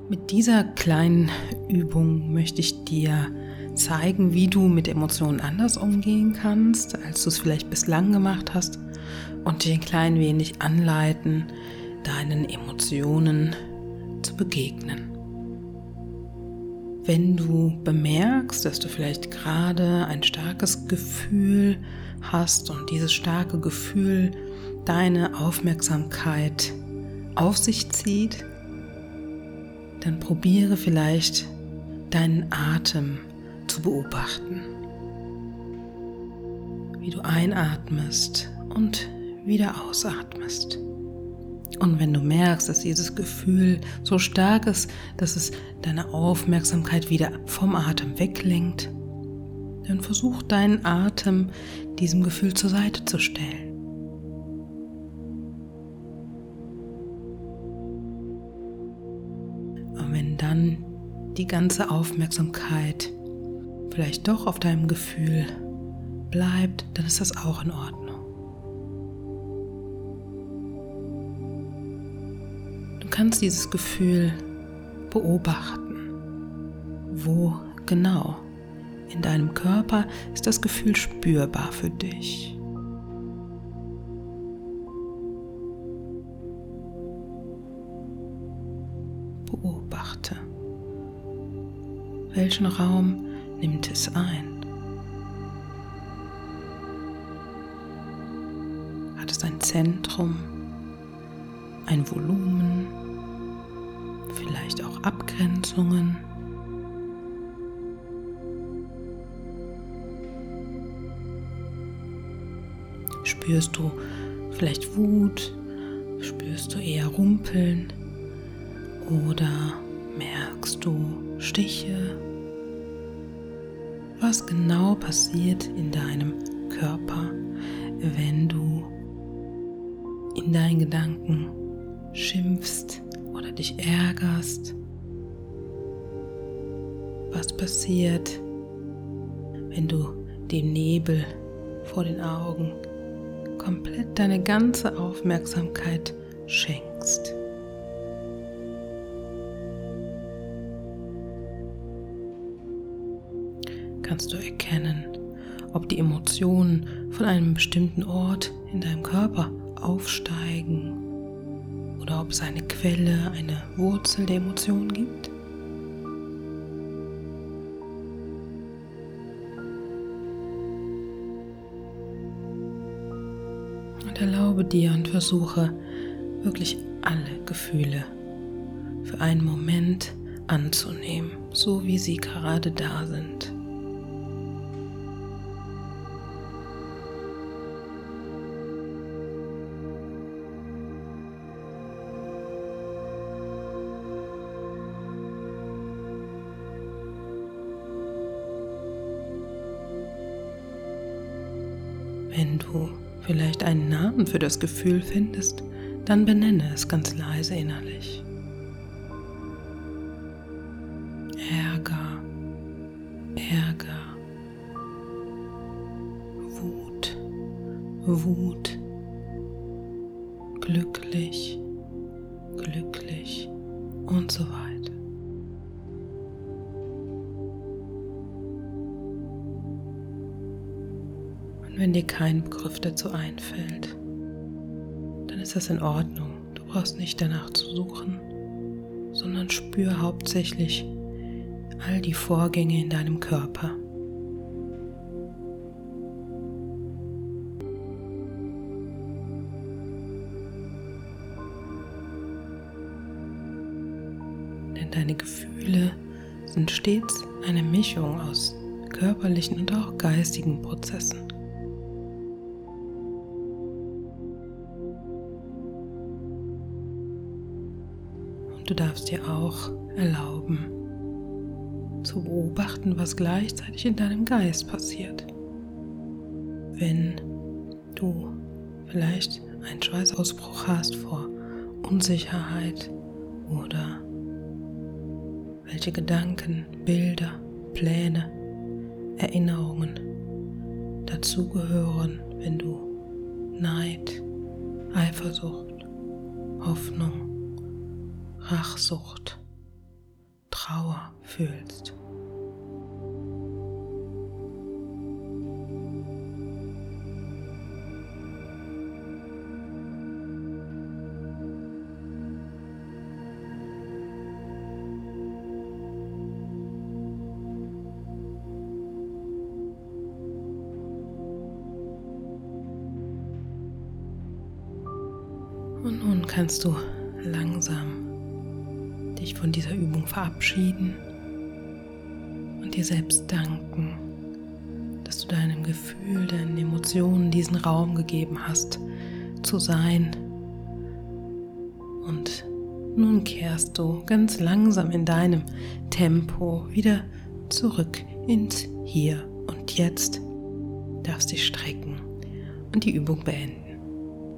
Mit dieser kleinen Übung möchte ich dir zeigen, wie du mit Emotionen anders umgehen kannst, als du es vielleicht bislang gemacht hast, und dich ein klein wenig anleiten, deinen Emotionen zu begegnen. Wenn du bemerkst, dass du vielleicht gerade ein starkes Gefühl hast und dieses starke Gefühl deine Aufmerksamkeit auf sich zieht, dann probiere vielleicht deinen Atem zu beobachten. Wie du einatmest und wieder ausatmest. Und wenn du merkst, dass dieses Gefühl so stark ist, dass es deine Aufmerksamkeit wieder vom Atem weglenkt, dann versuch deinen Atem diesem Gefühl zur Seite zu stellen. Und wenn dann die ganze Aufmerksamkeit vielleicht doch auf deinem Gefühl bleibt, dann ist das auch in Ordnung. Du kannst dieses Gefühl beobachten. Wo genau in deinem Körper ist das Gefühl spürbar für dich? Beobachte. Welchen Raum nimmt es ein? Hat es ein Zentrum, ein Volumen, vielleicht auch Abgrenzungen? Spürst du vielleicht Wut? Spürst du eher Rumpeln? Oder merkst du Stiche? Was genau passiert in deinem Körper, wenn du in deinen Gedanken schimpfst oder dich ärgerst? Was passiert, wenn du dem Nebel vor den Augen komplett deine ganze Aufmerksamkeit schenkst? Kannst du erkennen, ob die Emotionen von einem bestimmten Ort in deinem Körper aufsteigen oder ob es eine Quelle, eine Wurzel der Emotionen gibt? Und erlaube dir und versuche wirklich alle Gefühle für einen Moment anzunehmen, so wie sie gerade da sind. Wenn du vielleicht einen Namen für das Gefühl findest, dann benenne es ganz leise innerlich. Ärger, Ärger, Wut, Wut, glücklich, glücklich und so weiter. Und wenn dir kein Begriff dazu einfällt, dann ist das in Ordnung. Du brauchst nicht danach zu suchen, sondern spür hauptsächlich all die Vorgänge in deinem Körper. Denn deine Gefühle sind stets eine Mischung aus körperlichen und auch geistigen Prozessen. Du darfst dir auch erlauben, zu beobachten, was gleichzeitig in deinem Geist passiert. Wenn du vielleicht einen Schweißausbruch hast vor Unsicherheit oder welche Gedanken, Bilder, Pläne, Erinnerungen dazugehören, wenn du Neid, Eifersucht, Hoffnung, Rachsucht Trauer fühlst. Und nun kannst du langsam dich von dieser Übung verabschieden und dir selbst danken, dass du deinem Gefühl, deinen Emotionen diesen Raum gegeben hast, zu sein. Und nun kehrst du ganz langsam in deinem Tempo wieder zurück ins Hier und Jetzt, darfst dich strecken und die Übung beenden.